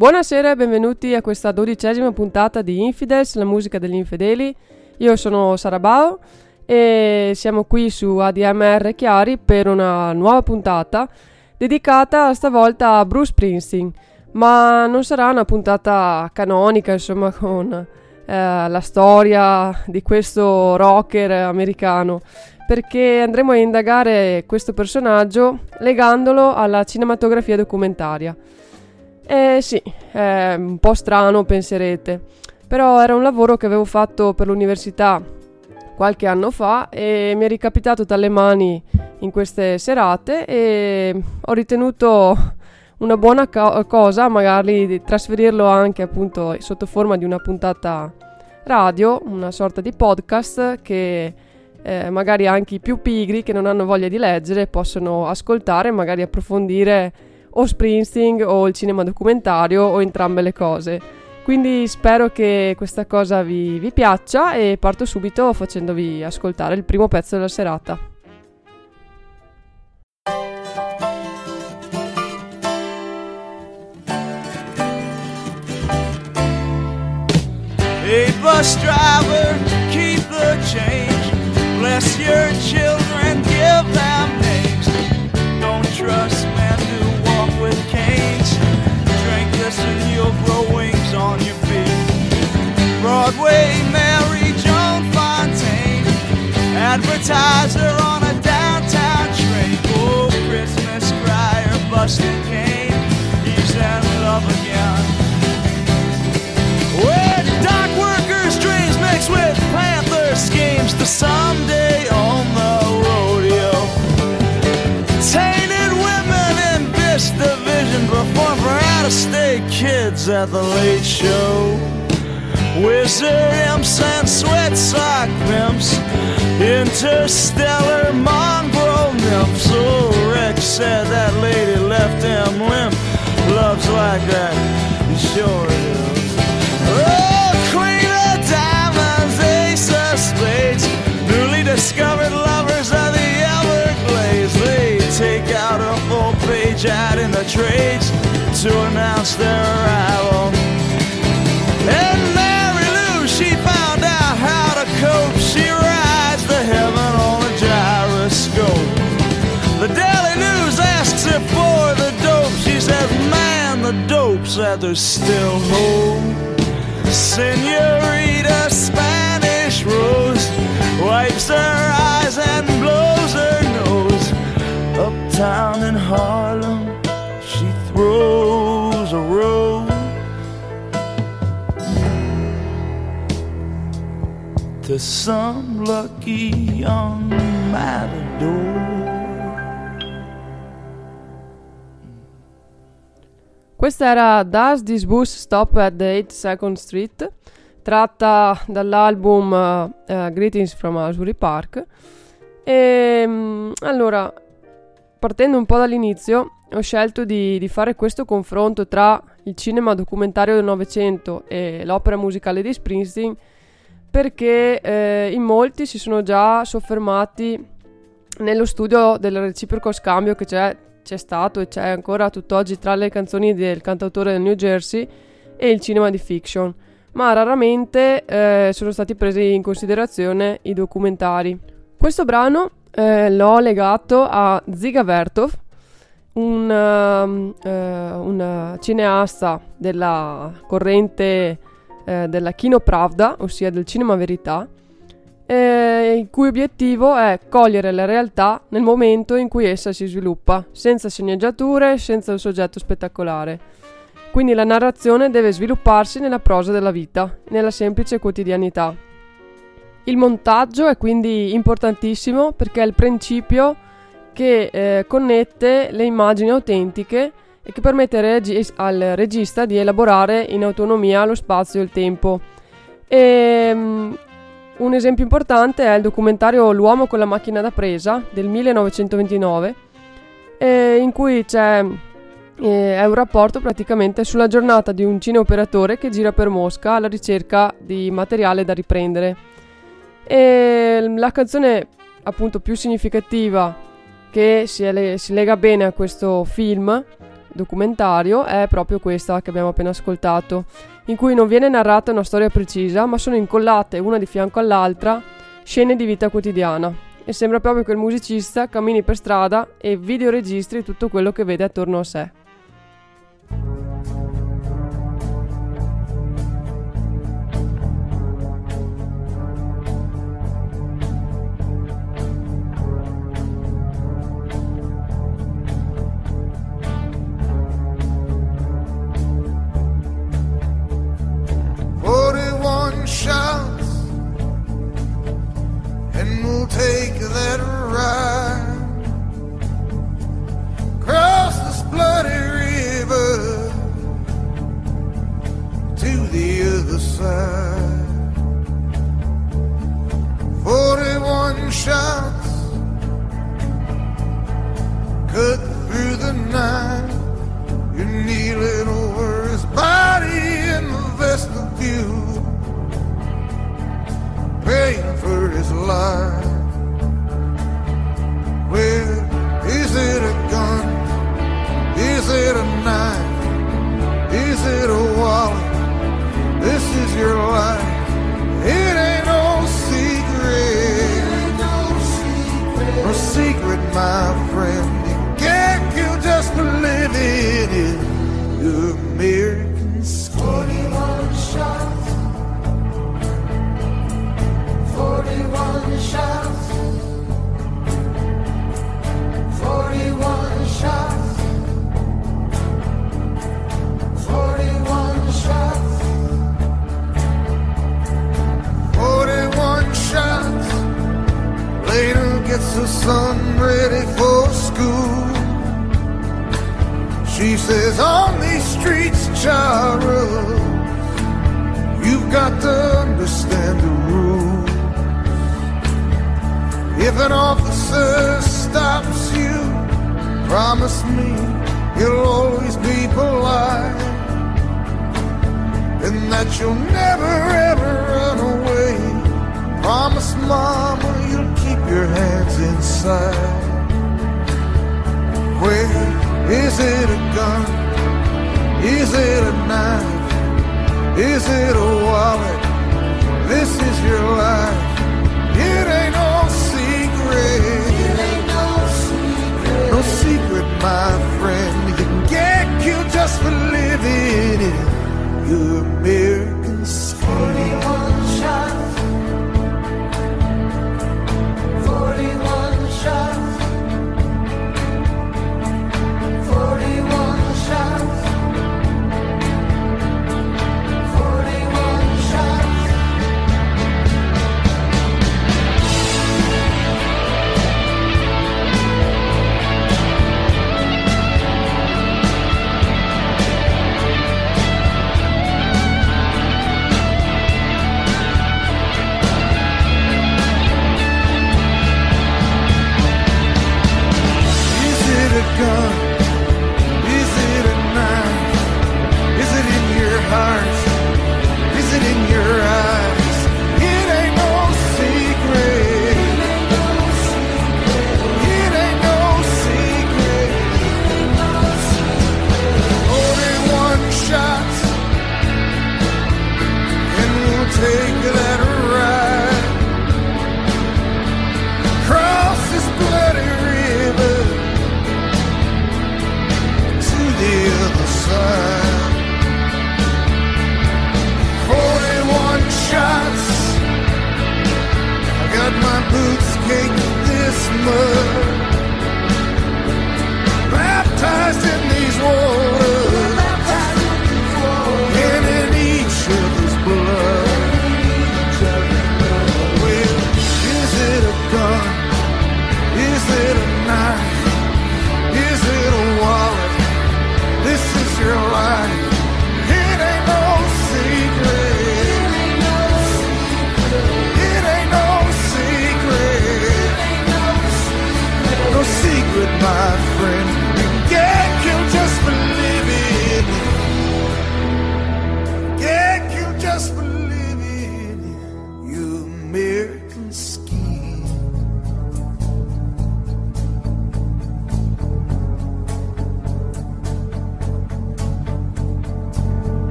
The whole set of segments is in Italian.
Buonasera e benvenuti a questa 12ª puntata di Infidels, la musica degli infedeli. Io sono Sara Bao e siamo qui su ADMR Chiari per una nuova puntata dedicata stavolta a Bruce Springsteen, ma non sarà una puntata canonica, insomma, con la storia di questo rocker americano, perché andremo a indagare questo personaggio legandolo alla cinematografia documentaria. Sì, è un po' strano, penserete, però era un lavoro che avevo fatto per l'università qualche anno fa e mi è ricapitato dalle mani in queste serate e ho ritenuto una buona cosa magari di trasferirlo anche appunto sotto forma di una puntata radio, una sorta di podcast che magari anche i più pigri che non hanno voglia di leggere possono ascoltare e magari approfondire o Springsteen o il cinema documentario o entrambe le cose. Quindi spero che questa cosa vi piaccia e parto subito facendovi ascoltare il primo pezzo della serata. Hey bus driver, keep the change. Bless your children, give them names. Don't trust men who walk with canes. Drink this and you'll grow wings on your feet. Broadway, Mary Joan Fontaine, advertiser on a downtown train. Oh, Christmas crier, busted cane, he's in love again. Where dock workers' dreams mix with panther schemes to someday on the rodeo. Tainted women in this division perform for out-of-state kids at the Late Show. Wizard imps and sweat sock pimps, interstellar mongrel nymphs. Oh, Rex said that lady left him limp. Love's like that, sure it is. Oh, Queen of Diamonds, Ace of Spades, newly discovered lovers of the Everglades. They take out a full page ad in the trades to announce their arrival. And Mary Lou, she found out how to cope. She rides to heaven on a gyroscope. The Daily News asks her for the dope. She says, man, the dope said there's still hope. Senorita Spanish Rose wipes her eyes and blows her nose. Uptown in Harlem, she throws a rose to some lucky young matador. Questa era Does This Bus Stop at the 82nd Street, tratta dall'album Greetings from Asbury Park. E allora, partendo un po' dall'inizio, ho scelto di fare questo confronto tra il cinema documentario del Novecento e l'opera musicale di Springsteen, perché in molti si sono già soffermati nello studio del reciproco scambio che c'è stato e c'è ancora tutt'oggi tra le canzoni del cantautore del New Jersey e il cinema di fiction, ma raramente sono stati presi in considerazione i documentari. Questo brano l'ho legato a Dziga Vertov, un cineasta della corrente della Kino Pravda, ossia del cinema verità, il cui obiettivo è cogliere la realtà nel momento in cui essa si sviluppa, senza sceneggiature, senza un soggetto spettacolare. Quindi la narrazione deve svilupparsi nella prosa della vita, nella semplice quotidianità. Il montaggio è quindi importantissimo perché è il principio che connette le immagini autentiche e che permette al regista di elaborare in autonomia lo spazio e il tempo. Un esempio importante è il documentario L'uomo con la macchina da presa del 1929, in cui è un rapporto praticamente sulla giornata di un cineoperatore che gira per Mosca alla ricerca di materiale da riprendere. E la canzone appunto più significativa che si lega bene a questo film documentario è proprio questa che abbiamo appena ascoltato, in cui non viene narrata una storia precisa, ma sono incollate una di fianco all'altra scene di vita quotidiana, e sembra proprio che il musicista cammini per strada e videoregistri tutto quello che vede attorno a sé. Shots, and we'll take that ride across this bloody river to the other side. 41 shots cut through the night. You're kneeling over his body in the vestibule, praying for his life. Well, is it a gun? Is it a knife? Is it a wallet? This is your life. It ain't no secret. No secret, my friend. You can't kill just for living in your American skin. 41 shots. 41 shots, 41 shots, 41 shots, 41 shots. Later gets her son ready for school. She says, on these streets, Charles, you've got to understand the rules. If an officer stops you, promise me you'll always be polite, and that you'll never ever run away. Promise, Mama, you'll keep your hands inside. Well, is it a gun? Is it a knife? Is it a wallet? This is your life. It ain't no secret. It ain't no secret. No secret, my friend. You can get killed just for living in your American skin. 41 shots. 41 shots. 41 shots. 41 shots. Gun? Is it a knife? Is it in your heart? Is it in your eyes? It ain't no secret. It ain't no secret. 41 shots, and we'll take that ride across this bloody river the other side. 41 shots. I got my boots caked with this mud, baptized in these waters, and in each other's blood. Well, is it a gun? Is it a knife? Is it a wallet? This is your life. It ain't no secret. It ain't no secret.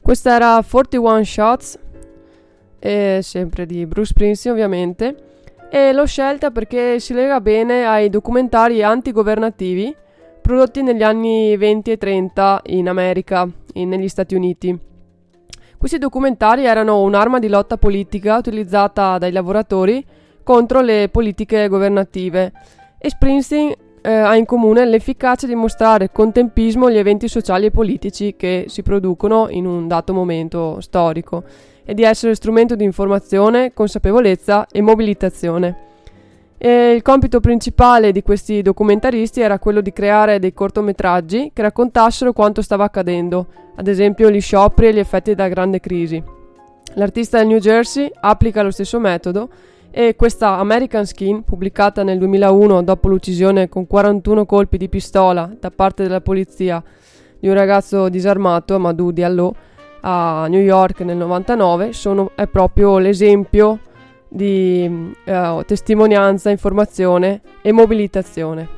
Questa era 41 Shots, sempre di Bruce Springsteen ovviamente, e l'ho scelta perché si lega bene ai documentari antigovernativi prodotti negli anni 20 e 30 in America, negli Stati Uniti. Questi documentari erano un'arma di lotta politica utilizzata dai lavoratori contro le politiche governative, e Springsteen ha in comune l'efficacia di mostrare con tempismo gli eventi sociali e politici che si producono in un dato momento storico e di essere strumento di informazione, consapevolezza e mobilitazione. E il compito principale di questi documentaristi era quello di creare dei cortometraggi che raccontassero quanto stava accadendo, ad esempio gli scioperi e gli effetti della grande crisi. L'artista del New Jersey applica lo stesso metodo, e questa American Skin, pubblicata nel 2001 dopo l'uccisione con 41 colpi di pistola da parte della polizia di un ragazzo disarmato, Amadou Diallo, a New York nel 99, è proprio l'esempio di testimonianza, informazione e mobilitazione.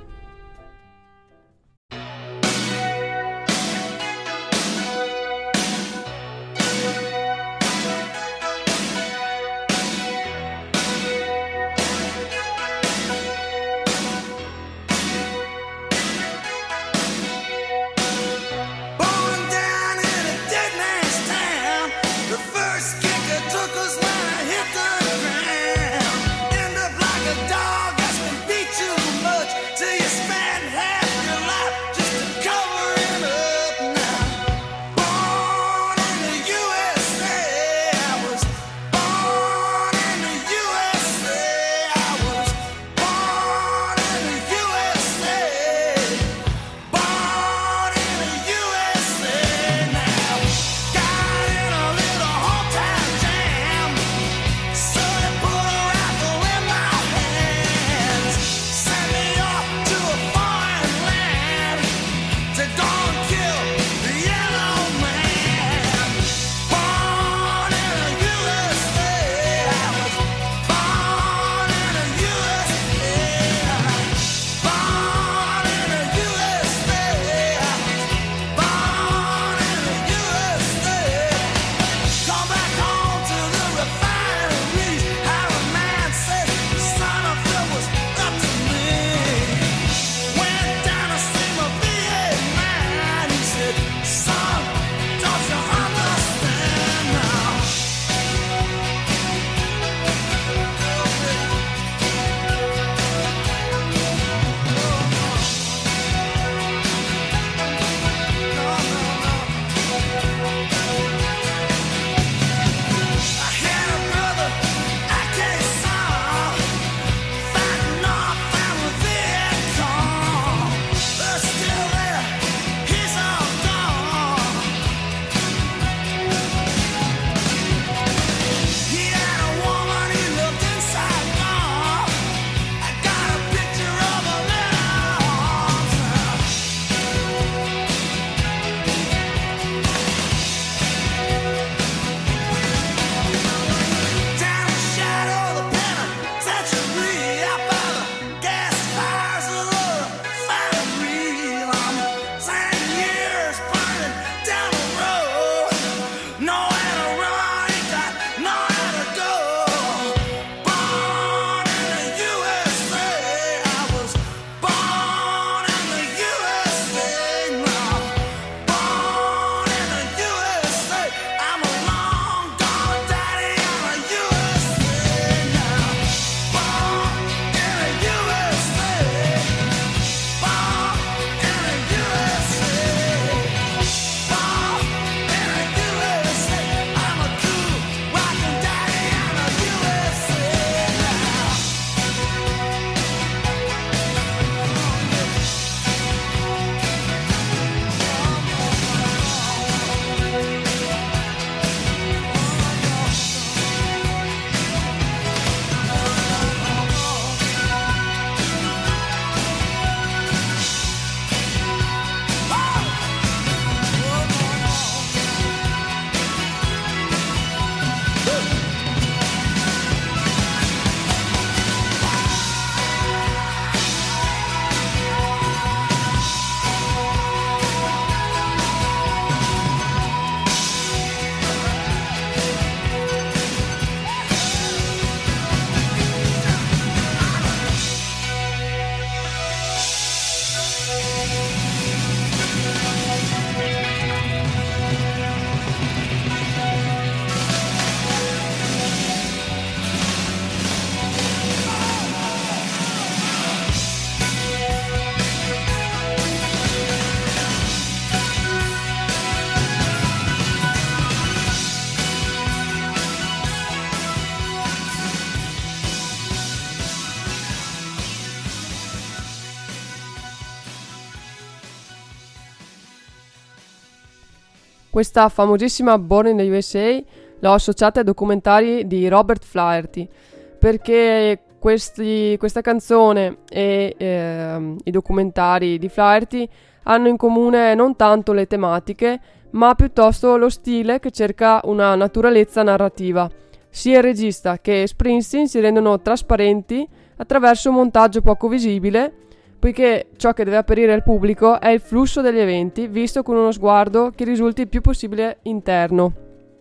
questa famosissima Born in the USA l'ho associata ai documentari di Robert Flaherty, perché questa canzone e i documentari di Flaherty hanno in comune non tanto le tematiche, ma piuttosto lo stile che cerca una naturalezza narrativa. Sia il regista che Springsteen si rendono trasparenti attraverso un montaggio poco visibile, poiché ciò che deve apparire al pubblico è il flusso degli eventi, visto con uno sguardo che risulti il più possibile interno.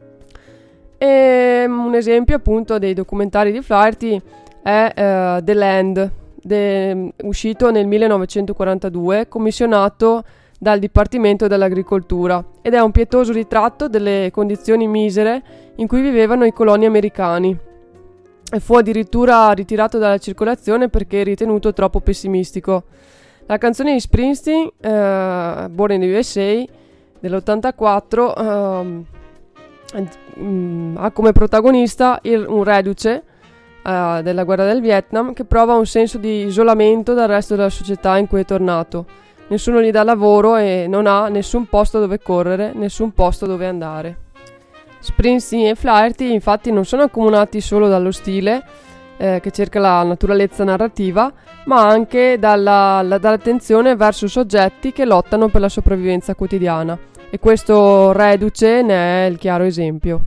E un esempio appunto dei documentari di Flaherty è The Land, uscito nel 1942, commissionato dal Dipartimento dell'Agricoltura, ed è un pietoso ritratto delle condizioni misere in cui vivevano i coloni americani, e fu addirittura ritirato dalla circolazione perché ritenuto troppo pessimistico. La canzone di Springsteen, Born in the USA, dell'84, ha come protagonista un reduce della guerra del Vietnam che prova un senso di isolamento dal resto della società in cui è tornato. Nessuno gli dà lavoro e non ha nessun posto dove correre, nessun posto dove andare. Springsteen e Flaherty infatti non sono accomunati solo dallo stile che cerca la naturalezza narrativa, ma anche dall'attenzione verso soggetti che lottano per la sopravvivenza quotidiana, e questo reduce ne è il chiaro esempio.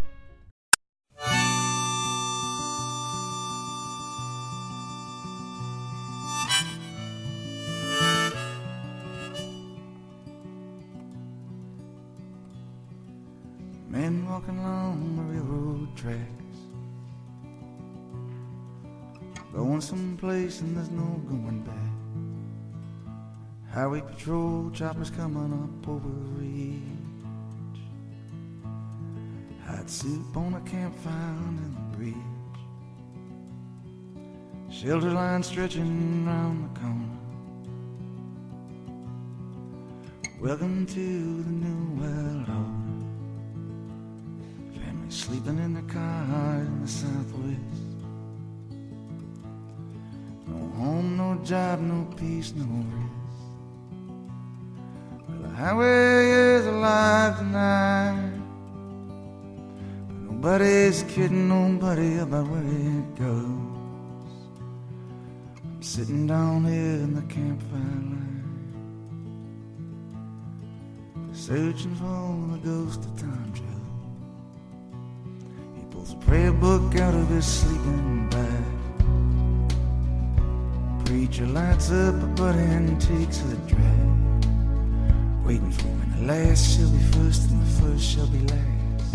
Men walking along the railroad tracks, going someplace and there's no going back. Highway patrol choppers coming up over the ridge. Hot soup on a campfire in the bridge. Shelter line stretching round the corner. Welcome to the new world order. Sleeping in the car in the Southwest. No home, no job, no peace, no rest. Well, the highway is alive tonight, but nobody's kidding nobody about where it goes. I'm sitting down here in the campfire light, searching for the ghost of Tom Jones. Pulls a prayer book out of his sleeping bag. Preacher lights up a butt and takes a drag, waiting for when the last shall be first and the first shall be last.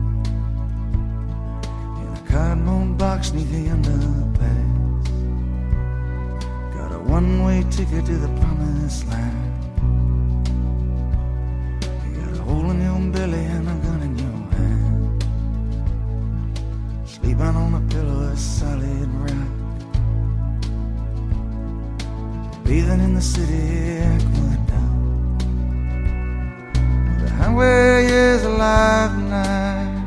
In a cardboard box neath the underpass, got a one-way ticket to the promised land. You got a hole in your belly and a gun in your hand, sleeping on a pillow of solid rock, bathing in the city aqueduct. The highway is alive tonight,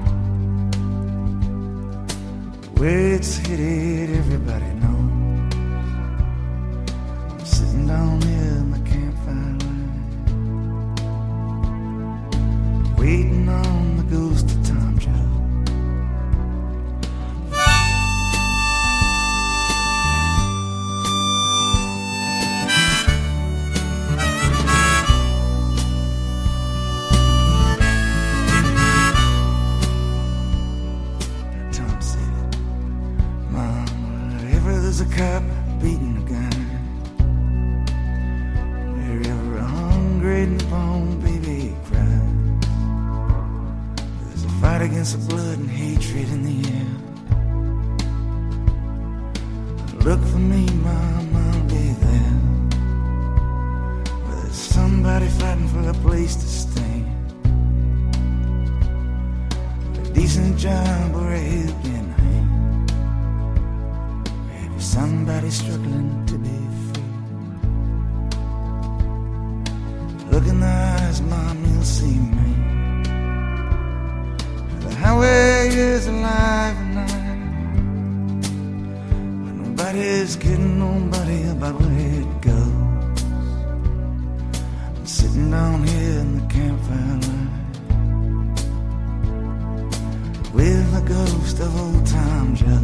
where it's headed everybody knows. I'm sitting down here in the campfire light, waiting on the ghost of Tom Jones. A cop beating a gun, wherever a hungry newborn baby cries, there's a fight against the blood and hatred in the air. Look for me, Mom, I'll be there, where there's somebody fighting for a place to stay, a decent job or a helping hand. Somebody struggling to be free. Look in the eyes, Mom, you'll see me. The highway is alive tonight, but nobody's kidding nobody about where it goes. I'm sitting down here in the campfire light, of old times, yeah.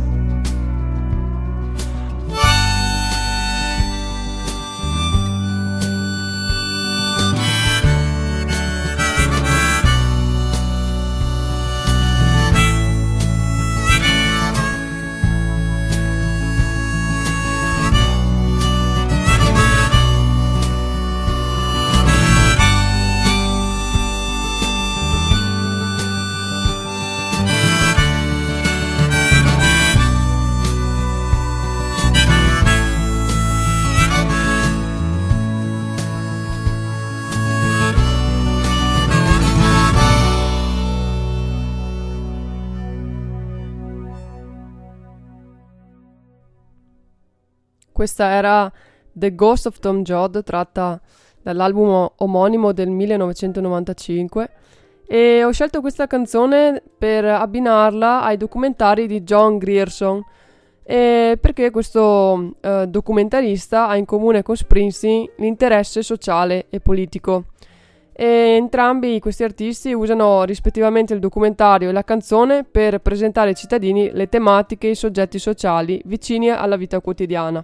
Questa era The Ghost of Tom Joad, tratta dall'album omonimo del 1995, e ho scelto questa canzone per abbinarla ai documentari di John Grierson, perché questo documentarista ha in comune con Springsteen l'interesse sociale e politico. E entrambi questi artisti usano rispettivamente il documentario e la canzone per presentare ai cittadini le tematiche e i soggetti sociali vicini alla vita quotidiana.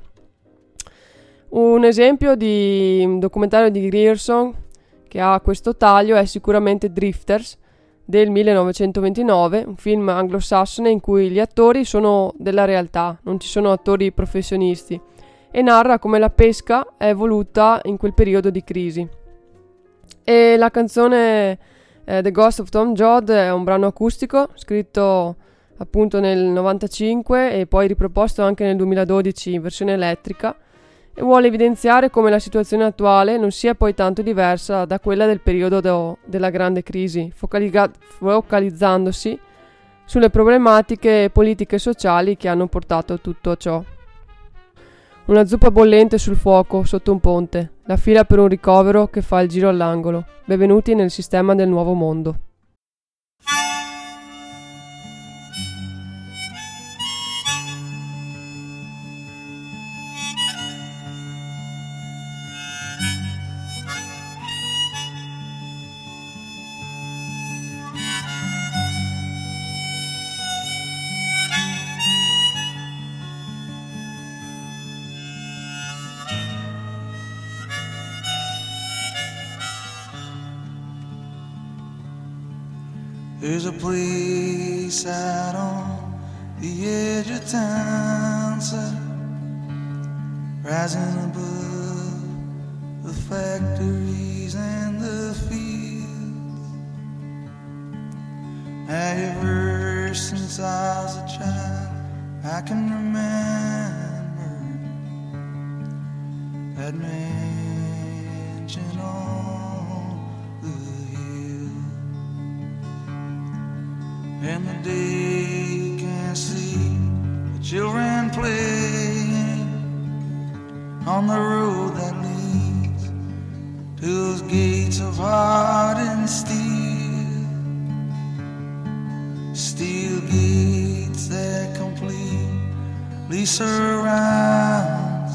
Un esempio di un documentario di Grierson che ha questo taglio è sicuramente Drifters del 1929, un film anglosassone in cui gli attori sono della realtà, non ci sono attori professionisti, e narra come la pesca è evoluta in quel periodo di crisi. E la canzone The Ghost of Tom Joad è un brano acustico scritto appunto nel 95 e poi riproposto anche nel 2012 in versione elettrica, e vuole evidenziare come la situazione attuale non sia poi tanto diversa da quella del periodo della grande crisi, focalizzandosi sulle problematiche politiche e sociali che hanno portato a tutto ciò. Una zuppa bollente sul fuoco sotto un ponte, la fila per un ricovero che fa il giro all'angolo. Benvenuti nel sistema del nuovo mondo. There's a place out on the edge of town, sir, rising above the factories and the fields. Ever since I was a child, I can remember that mansion on the hill. And the day you can see the children playing on the road that leads to those gates of hardened steel, steel gates that completely surround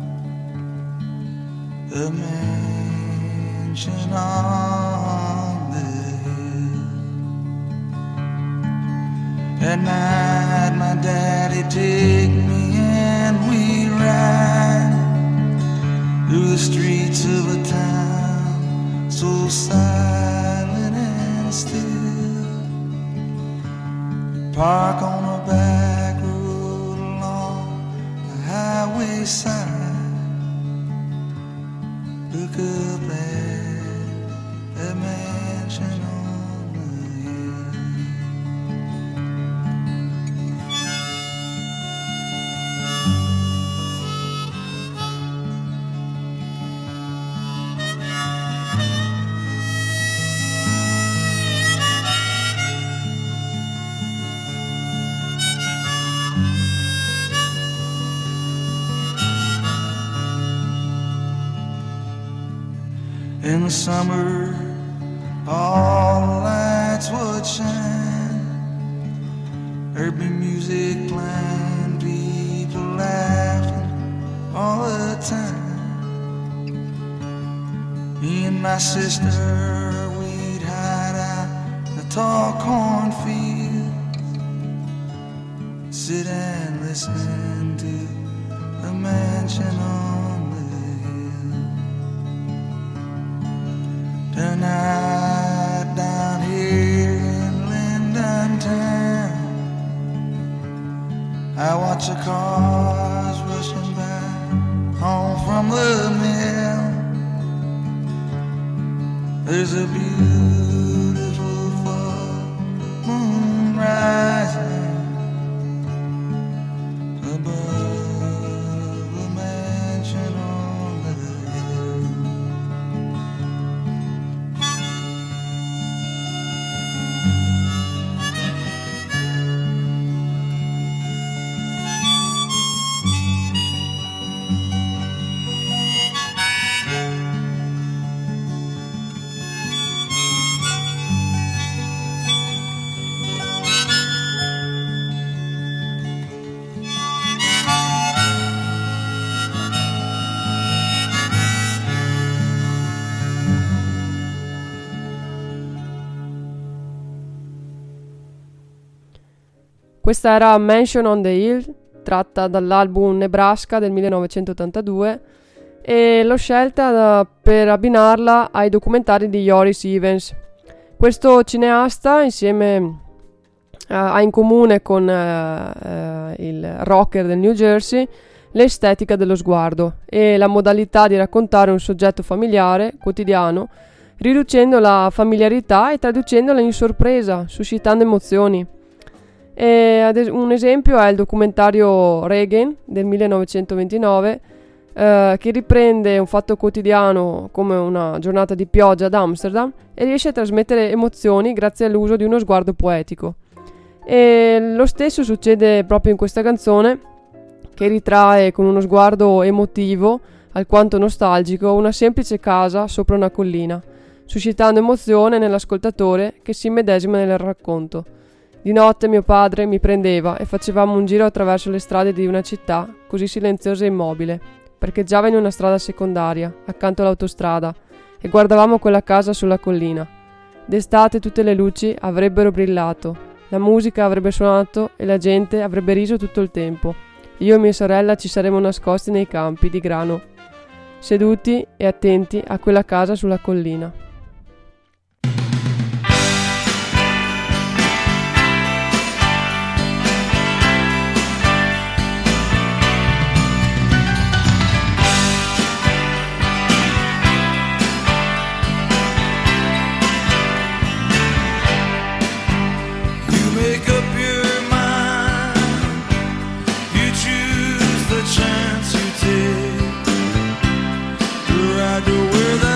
the mansion on the hill. At night my daddy take me and we ride through the streets of a town so silent and still. Park on a back road along the highway side. Look up at that mansion on the hill. In the summer, all the lights would shine. There'd be music playing, people laughing all the time. Me and my sister, we'd hide out in the tall cornfields sit and listen to the mansion on the hill. Tonight down here in Linden Town, I watch the cars rushing by home from the mill. There's a beautiful full moon rising above the mansion on the hill. Questa era Mansion on the Hill, tratta dall'album Nebraska del 1982, e l'ho scelta per abbinarla ai documentari di Joris Ivens. Questo cineasta, insieme ha in comune con il rocker del New Jersey l'estetica dello sguardo e la modalità di raccontare un soggetto familiare, quotidiano, riducendo la familiarità e traducendola in sorpresa, suscitando emozioni. Un esempio è il documentario Reagan del 1929, che riprende un fatto quotidiano come una giornata di pioggia ad Amsterdam e riesce a trasmettere emozioni grazie all'uso di uno sguardo poetico. E lo stesso succede proprio in questa canzone, che ritrae con uno sguardo emotivo, alquanto nostalgico, una semplice casa sopra una collina, suscitando emozione nell'ascoltatore che si immedesima nel racconto. Di notte mio padre mi prendeva e facevamo un giro attraverso le strade di una città così silenziosa e immobile. Parcheggiava in una strada secondaria, accanto all'autostrada, e guardavamo quella casa sulla collina. D'estate tutte le luci avrebbero brillato, la musica avrebbe suonato e la gente avrebbe riso tutto il tempo. Io e mia sorella ci saremmo nascosti nei campi di grano, seduti e attenti a quella casa sulla collina. Where the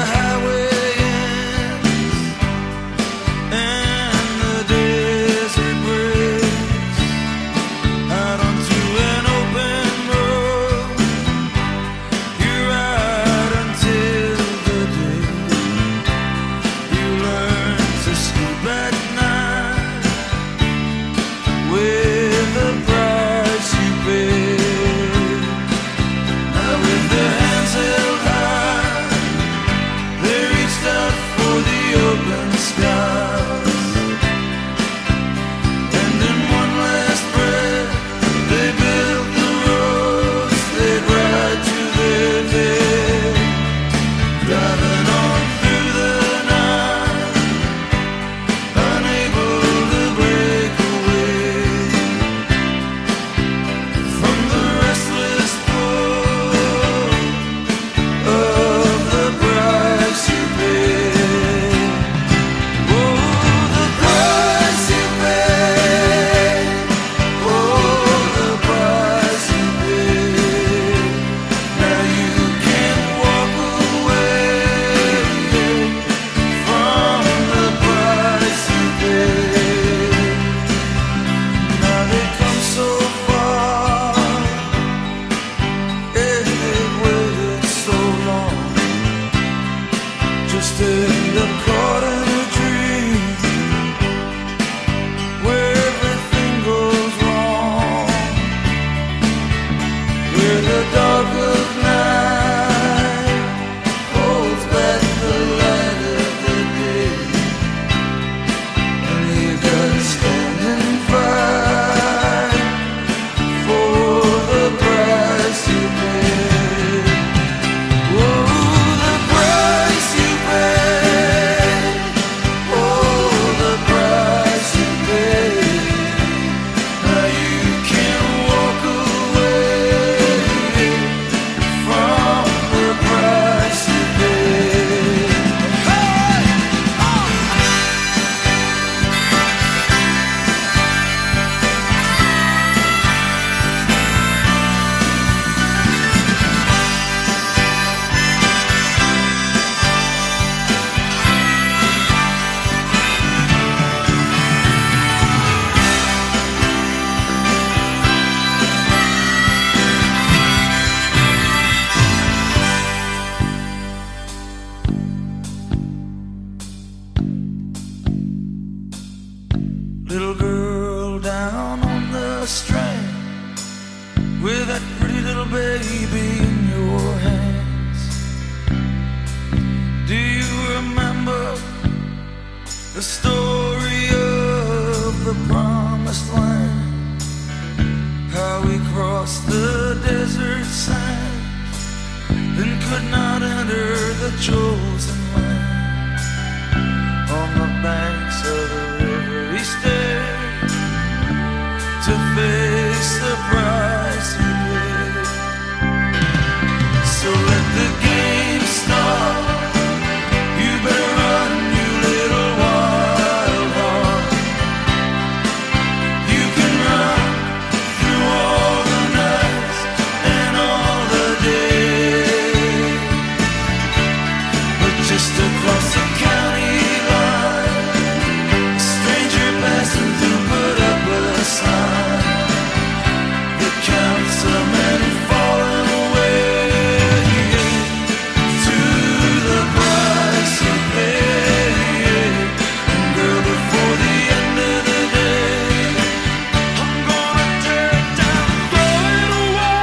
the story of the promised land, how we crossed the desert sand, then could not enter the chosen land. On the banks of the river he stared to face the price he paid. So let the game start. You better run, you little wild heart. You can run through all the nights and all the days, but just across the county line, a stranger passing through put up a sign that counts the men falling away to the price he paid. And girl, before the end of the day, I'm gonna tear it down, throw it away.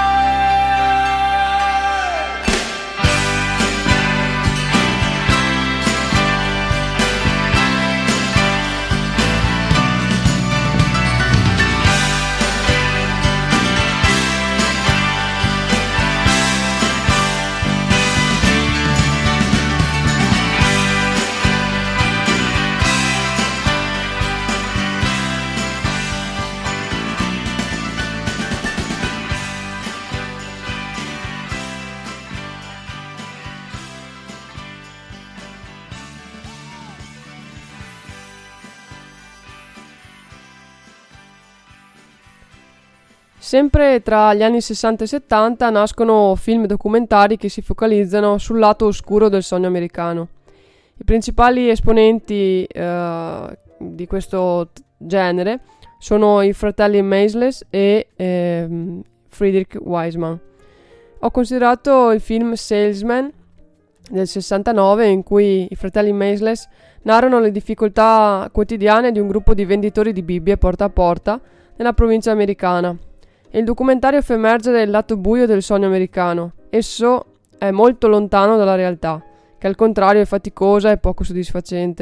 Sempre tra gli anni 60 e 70 nascono film documentari che si focalizzano sul lato oscuro del sogno americano. I principali esponenti di questo genere sono i fratelli Maysles e Frederick Wiseman. Ho considerato il film Salesman del 69, in cui i fratelli Maysles narrano le difficoltà quotidiane di un gruppo di venditori di Bibbie porta a porta nella provincia americana. Il documentario fa emergere il lato buio del sogno americano. Esso è molto lontano dalla realtà, che al contrario è faticosa e poco soddisfacente.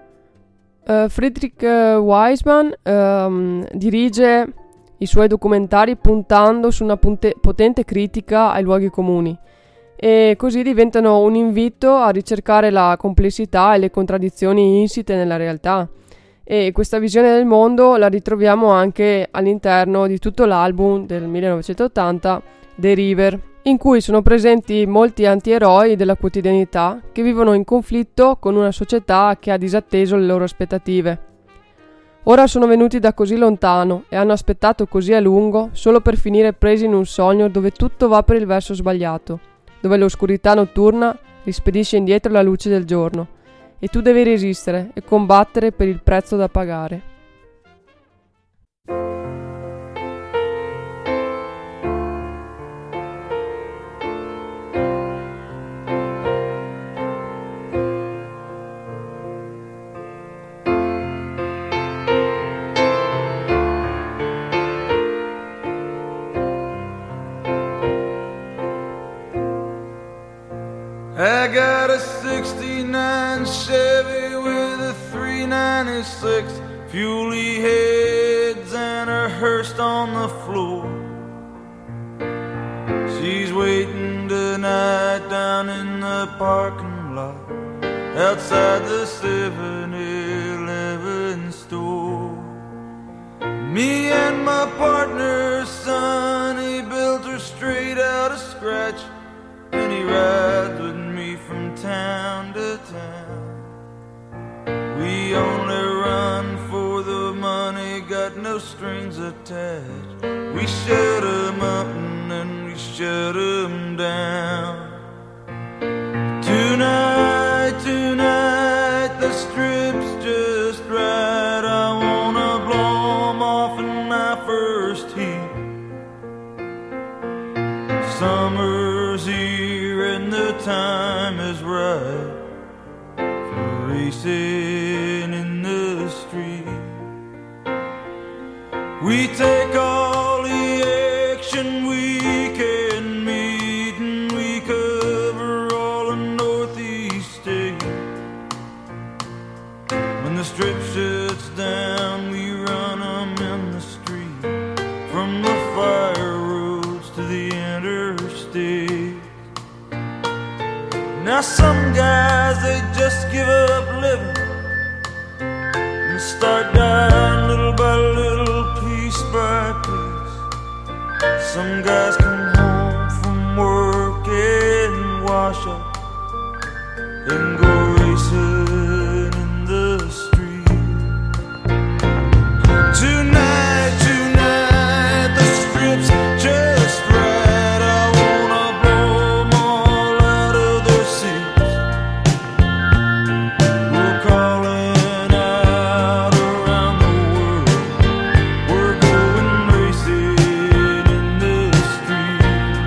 Frederick Wiseman dirige i suoi documentari puntando su una potente critica ai luoghi comuni, e così diventano un invito a ricercare la complessità e le contraddizioni insite nella realtà. E questa visione del mondo la ritroviamo anche all'interno di tutto l'album del 1980, The River, in cui sono presenti molti antieroi della quotidianità che vivono in conflitto con una società che ha disatteso le loro aspettative. Ora sono venuti da così lontano e hanno aspettato così a lungo solo per finire presi in un sogno dove tutto va per il verso sbagliato, dove l'oscurità notturna rispedisce indietro la luce del giorno. E tu devi resistere e combattere per il prezzo da pagare. I got a 69 Chevy with a 396, fuely heads and a hearse on the floor. She's waiting tonight down in the parking lot outside the 7-Eleven store. Me and my partner, son, he built her straight out of scratch, and he rides with me from town to town. We only run for the money, got no strings attached. We shut 'em up and then we shut 'em down. Tonight, the strip's just right. I wanna blow 'em off in my first heat. Summer's here and the time is right for racing in the street. We take all the action we can meet, and we cover all the northeast state. Now some guys, they just give up living and start dying little by little, piece by piece. Some guys come home from work and wash up and go racing in the street. Tonight, tonight, the strip's just right. I wanna blow 'em all out of their seats. We're calling out around the world. We're going racing in the street.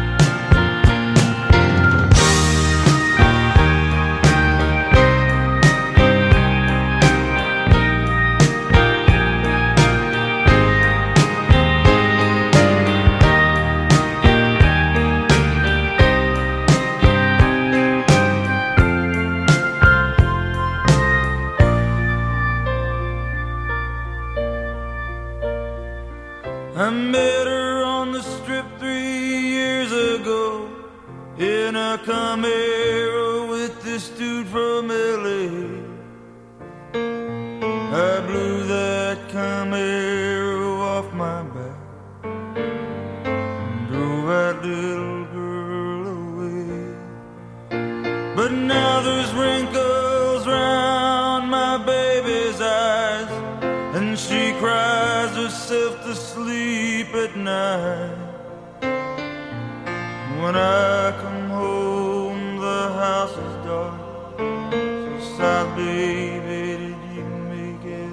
I met her on the strip 3 years ago in a Camaro with this dude from LA. I blew that Camaro off my back and drove that little girl away. But now there's wrinkles round my baby's eyes, and she cries herself to sleep at night. When I come home, the house is dark. She sighs, baby, did you make it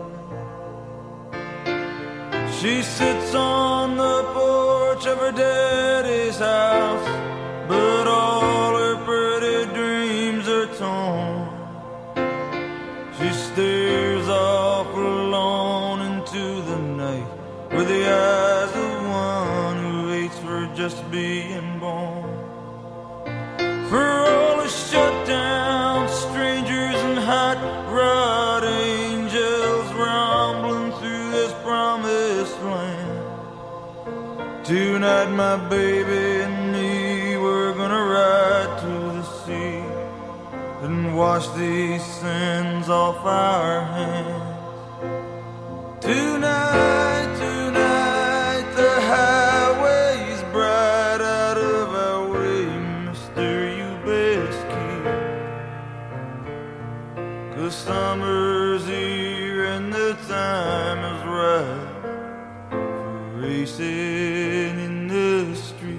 alright? She sits on the porch of her daddy's house, but all her pretty dreams are torn. She stares off alone into the night with the eyes of one who waits for just being born. For all the shut down strangers and hot rod angels rumbling through this promised land, tonight my baby and me, we're gonna ride to the sea and wash these sins off our hands. Tonight, tonight, the highway's bright, out of our way, mister, you best keep. 'Cause summer's here and the time is right for racing in the street.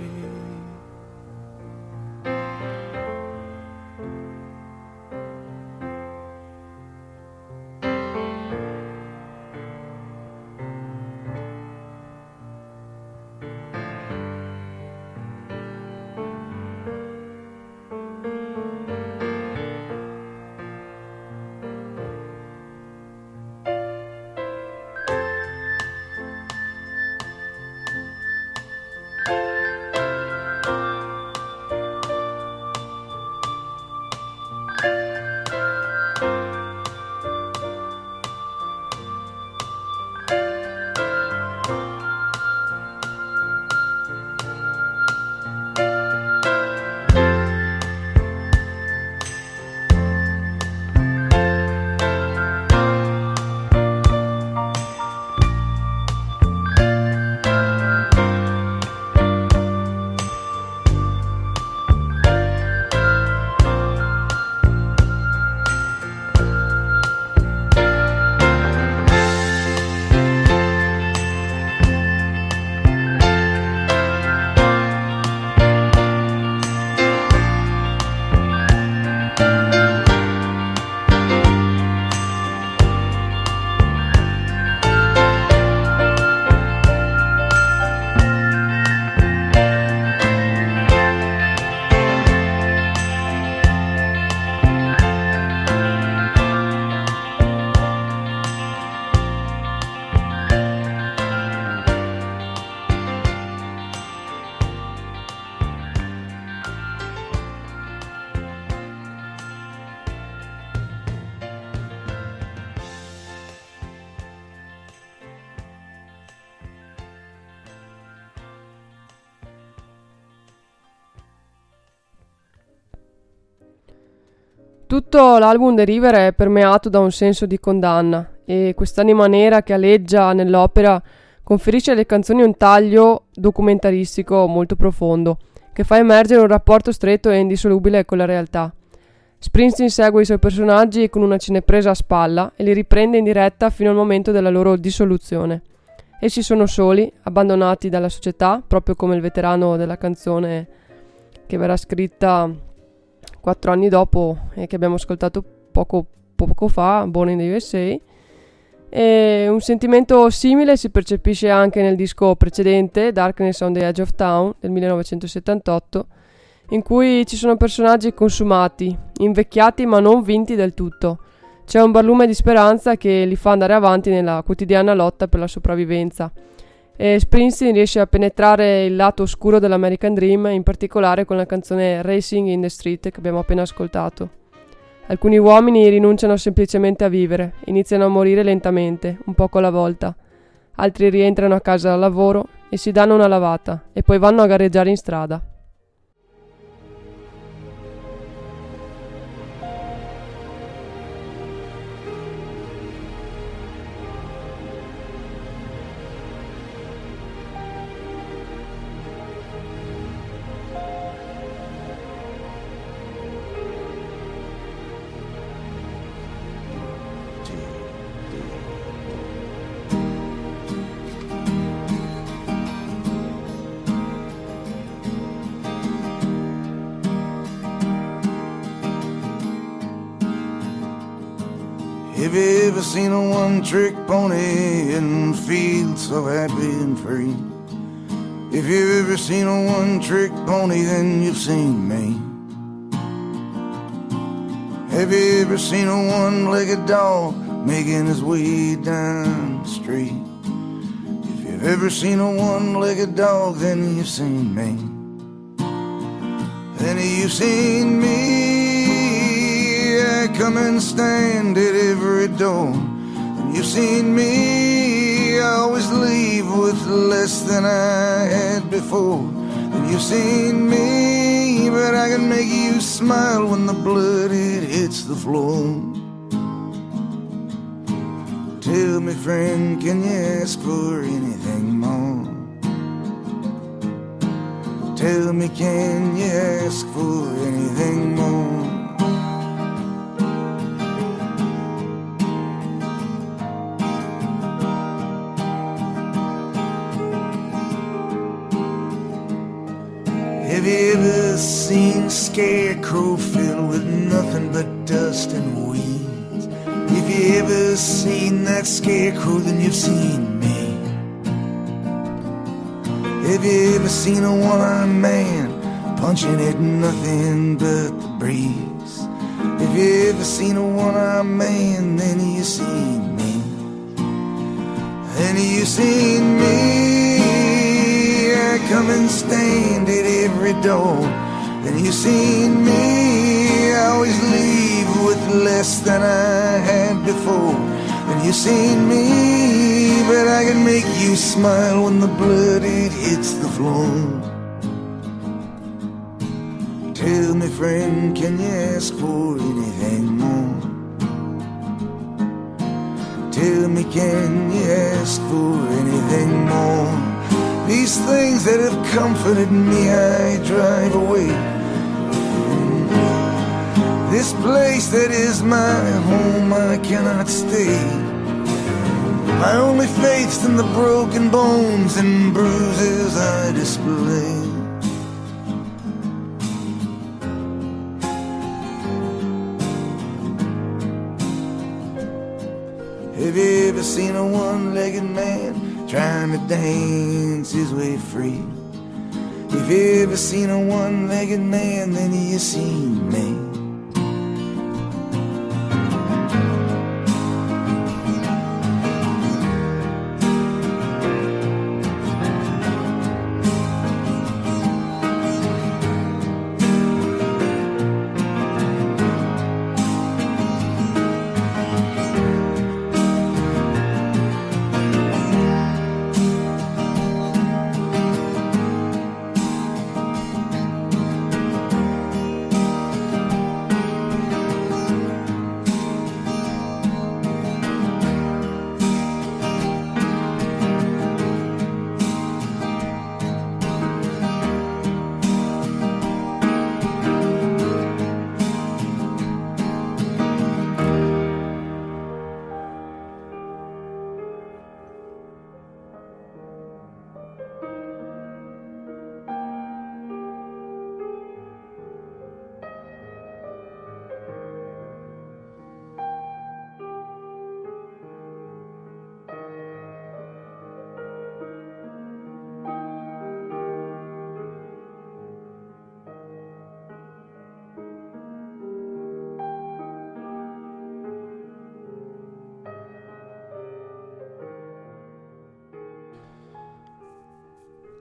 Tutto l'album The River è permeato da un senso di condanna e quest'anima nera che aleggia nell'opera conferisce alle canzoni un taglio documentaristico molto profondo, che fa emergere un rapporto stretto e indissolubile con la realtà. Springsteen segue i suoi personaggi con una cinepresa a spalla e li riprende in diretta fino al momento della loro dissoluzione. Essi sono soli, abbandonati dalla società, proprio come il veterano della canzone che verrà scritta 4 anni dopo e che abbiamo ascoltato poco fa, Born in the USA. E un sentimento simile si percepisce anche nel disco precedente, Darkness on the Edge of Town, del 1978, in cui ci sono personaggi consumati, invecchiati ma non vinti del tutto. C'è un barlume di speranza che li fa andare avanti nella quotidiana lotta per la sopravvivenza. E Springsteen riesce a penetrare il lato oscuro dell'American Dream, in particolare con la canzone Racing in the Street che abbiamo appena ascoltato. Alcuni uomini rinunciano semplicemente a vivere, iniziano a morire lentamente, un poco alla volta. Altri rientrano a casa dal lavoro e si danno una lavata, e poi vanno a gareggiare in strada. Have you ever seen a one-trick pony and feel so happy and free? If you've ever seen a one-trick pony, then you've seen me. Have you ever seen a one-legged dog making his way down the street? If you've ever seen a one-legged dog, then you've seen me. Then you've seen me. I come and stand at every door. And you've seen me. I always leave with less than I had before. And you've seen me, but I can make you smile when the blood it hits the floor. Tell me, friend, can you ask for anything more? Tell me, can you ask for anything more? Have you ever seen a scarecrow filled with nothing but dust and weeds? If you ever seen that scarecrow, then you've seen me. Have you ever seen a one-armed man punching at nothing but the breeze? Have you ever seen a one-armed man, then you've seen me. Then you've seen me. I come and stand at every door. Then you've seen me. I always leave with less than I had before. Then you've seen me, but I can make you smile when the blood it hits the floor. Tell me, friend, can you ask for anything more? Tell me, can you ask for anything more? These things that have comforted me, I drive away. This place that is my home, I cannot stay. My only faith's in the broken bones and bruises I display. Have you ever seen a one-legged man trying to dance his way free? If you ever seen a one-legged man, then you seen me.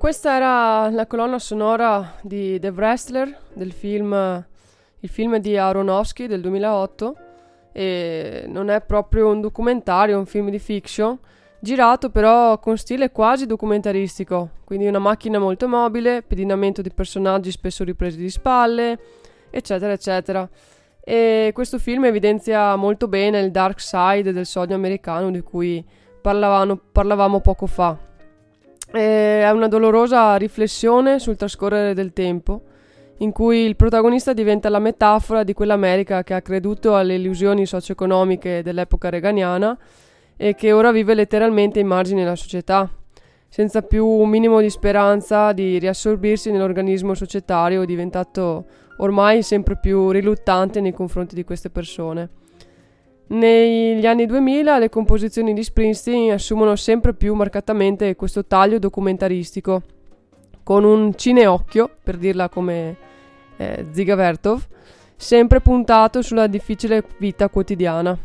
Questa era la colonna sonora di The Wrestler il film di Aronofsky del 2008, e non è proprio un documentario, è un film di fiction, girato però con stile quasi documentaristico, quindi una macchina molto mobile, pedinamento di personaggi spesso ripresi di spalle, eccetera eccetera. E questo film evidenzia molto bene il dark side del sogno americano di cui parlavamo poco fa. È una dolorosa riflessione sul trascorrere del tempo, in cui il protagonista diventa la metafora di quell'America che ha creduto alle illusioni socio-economiche dell'epoca reganiana e che ora vive letteralmente ai margini della società, senza più un minimo di speranza di riassorbirsi nell'organismo societario diventato ormai sempre più riluttante nei confronti di queste persone. Negli anni 2000 le composizioni di Springsteen assumono sempre più marcatamente questo taglio documentaristico, con un cineocchio, per dirla come Dziga Vertov, sempre puntato sulla difficile vita quotidiana.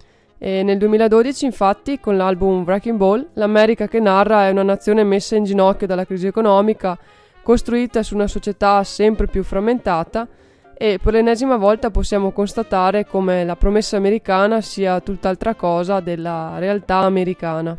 E nel 2012, infatti, con l'album Wrecking Ball, l'America che narra è una nazione messa in ginocchio dalla crisi economica, costruita su una società sempre più frammentata, e per l'ennesima volta possiamo constatare come la promessa americana sia tutt'altra cosa della realtà americana.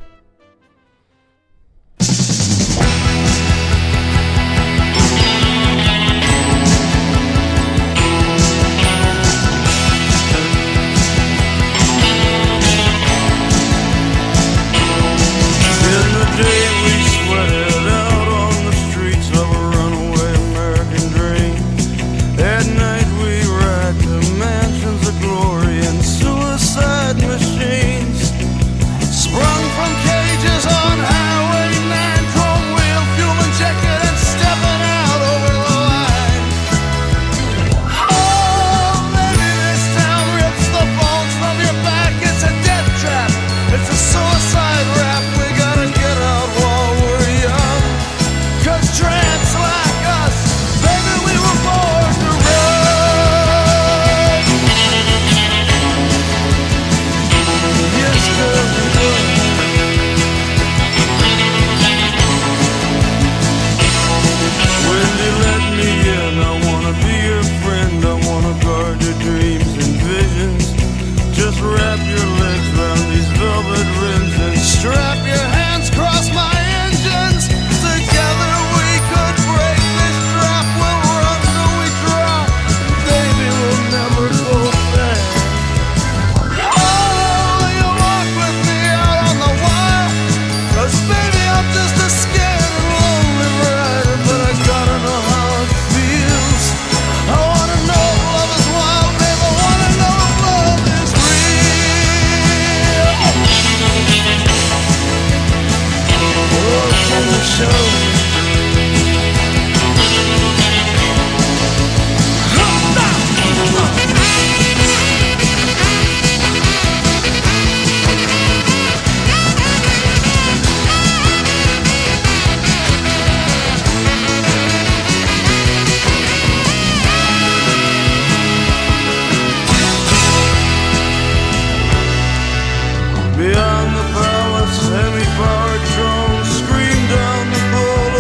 Beyond the palace, semi-powered drones scream down the boulevard.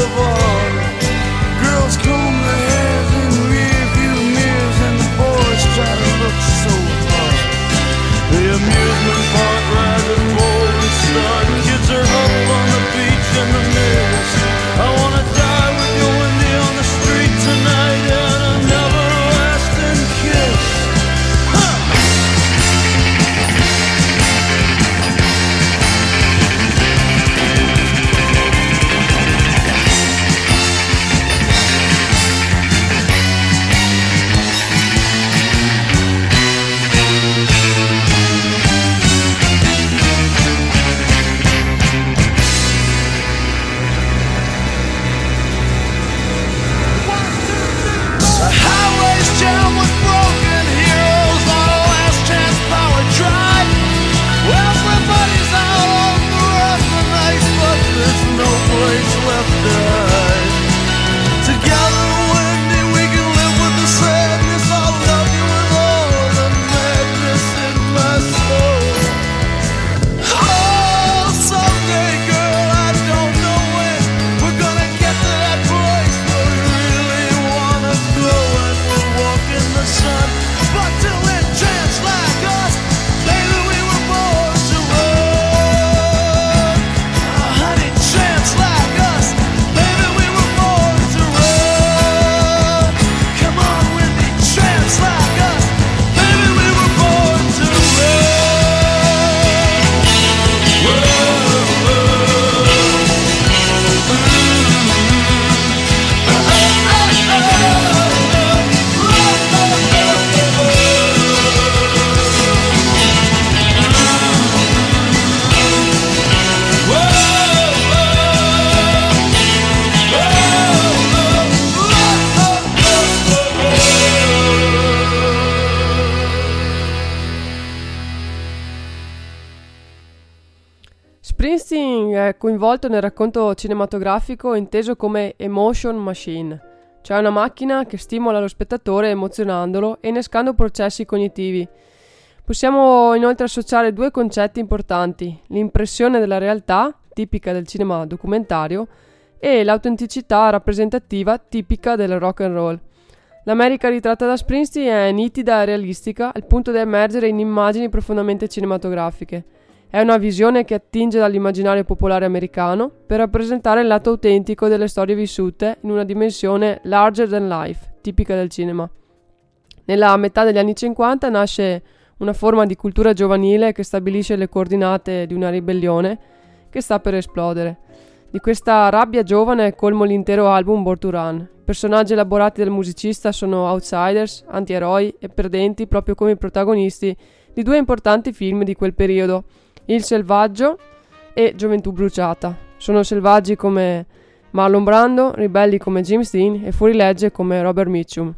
Springsteen è coinvolto nel racconto cinematografico inteso come emotion machine, cioè una macchina che stimola lo spettatore emozionandolo e innescando processi cognitivi. Possiamo inoltre associare due concetti importanti: l'impressione della realtà, tipica del cinema documentario, e l'autenticità rappresentativa, tipica del rock and roll. L'America ritratta da Springsteen è nitida e realistica, al punto da emergere in immagini profondamente cinematografiche. È una visione che attinge dall'immaginario popolare americano per rappresentare il lato autentico delle storie vissute in una dimensione larger than life, tipica del cinema. Nella metà degli anni 50 nasce una forma di cultura giovanile che stabilisce le coordinate di una ribellione che sta per esplodere. Di questa rabbia giovane è colmo l'intero album Born to Run. I personaggi elaborati dal musicista sono outsiders, antieroi e perdenti, proprio come i protagonisti di due importanti film di quel periodo, Il Selvaggio e Gioventù Bruciata. Sono selvaggi come Marlon Brando, ribelli come James Dean e fuorilegge come Robert Mitchum.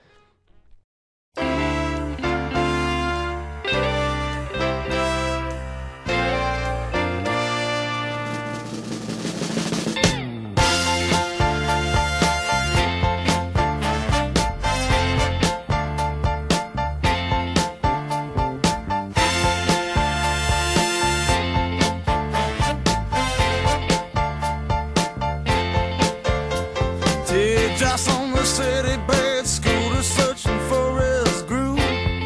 Just on the city bed, scooter searching for his groove.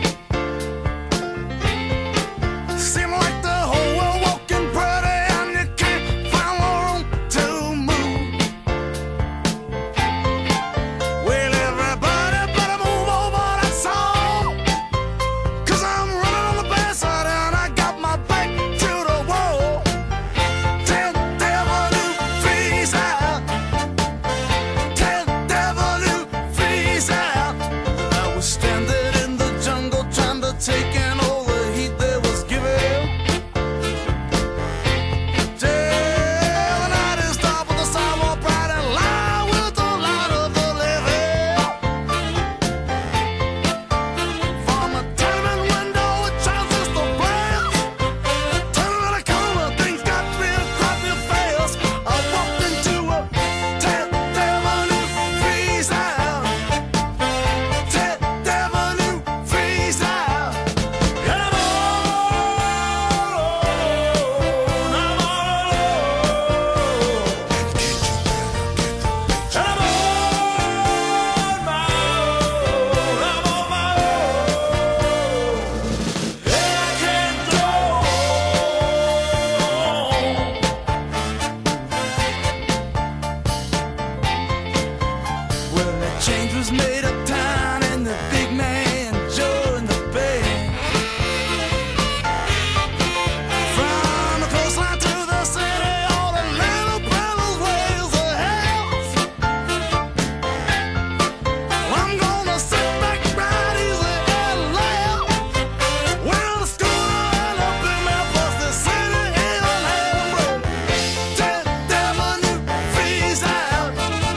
Seem like the whole world walking pretty and you can't find no room to move. Well, everybody better move over that song, 'cause I'm running on the bad side and I got my back to the wall. Tell the devil to freeze out. I was stranded in the jungle trying to take in all the heat they was giving. The night is dark with the sidewalk bright and light with the light of the living. From a tenement window it shines the blast. Turning around the corner, things got real crappy fast. I walked into a devil who freeze out. Change was made uptown and the big man joined the band. From the coastline to the city, all the little brothers wails the house. I'm gonna sit back right easy and laugh when the schooner and the big man bust the city in half. Devil who freeze out.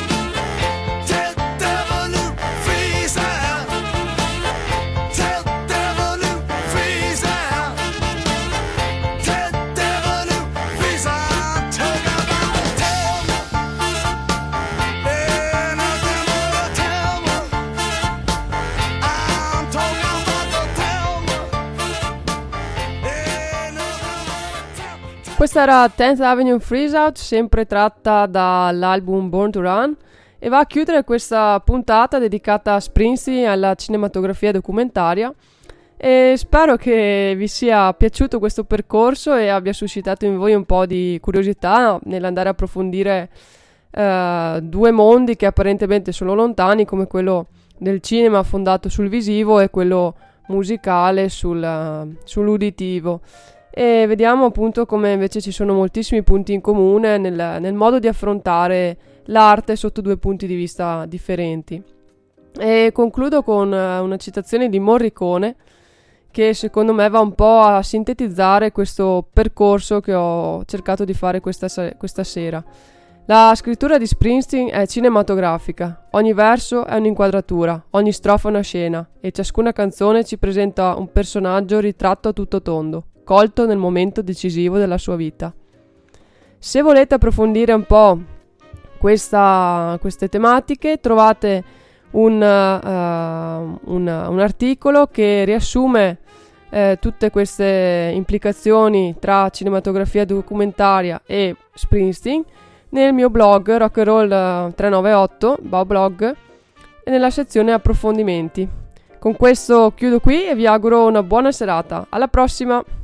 Questa era 10th Avenue Freeze Out, sempre tratta dall'album Born to Run, e va a chiudere questa puntata dedicata a Springsteen, alla cinematografia documentaria, e spero che vi sia piaciuto questo percorso e abbia suscitato in voi un po' di curiosità nell'andare a approfondire due mondi che apparentemente sono lontani, come quello del cinema fondato sul visivo e quello musicale sull'uditivo. E vediamo appunto come invece ci sono moltissimi punti in comune nel modo di affrontare l'arte sotto due punti di vista differenti. E concludo con una citazione di Morricone, che secondo me va un po' a sintetizzare questo percorso che ho cercato di fare questa sera. La scrittura di Springsteen è cinematografica, ogni verso è un'inquadratura, ogni strofa è una scena e ciascuna canzone ci presenta un personaggio ritratto a tutto tondo, colto nel momento decisivo della sua vita. Se volete approfondire un po' queste tematiche, trovate un articolo che riassume tutte queste implicazioni tra cinematografia documentaria e Springsteen nel mio blog Rock'n'Roll 398 Blog e nella sezione approfondimenti. Con questo chiudo qui e vi auguro una buona serata. Alla prossima!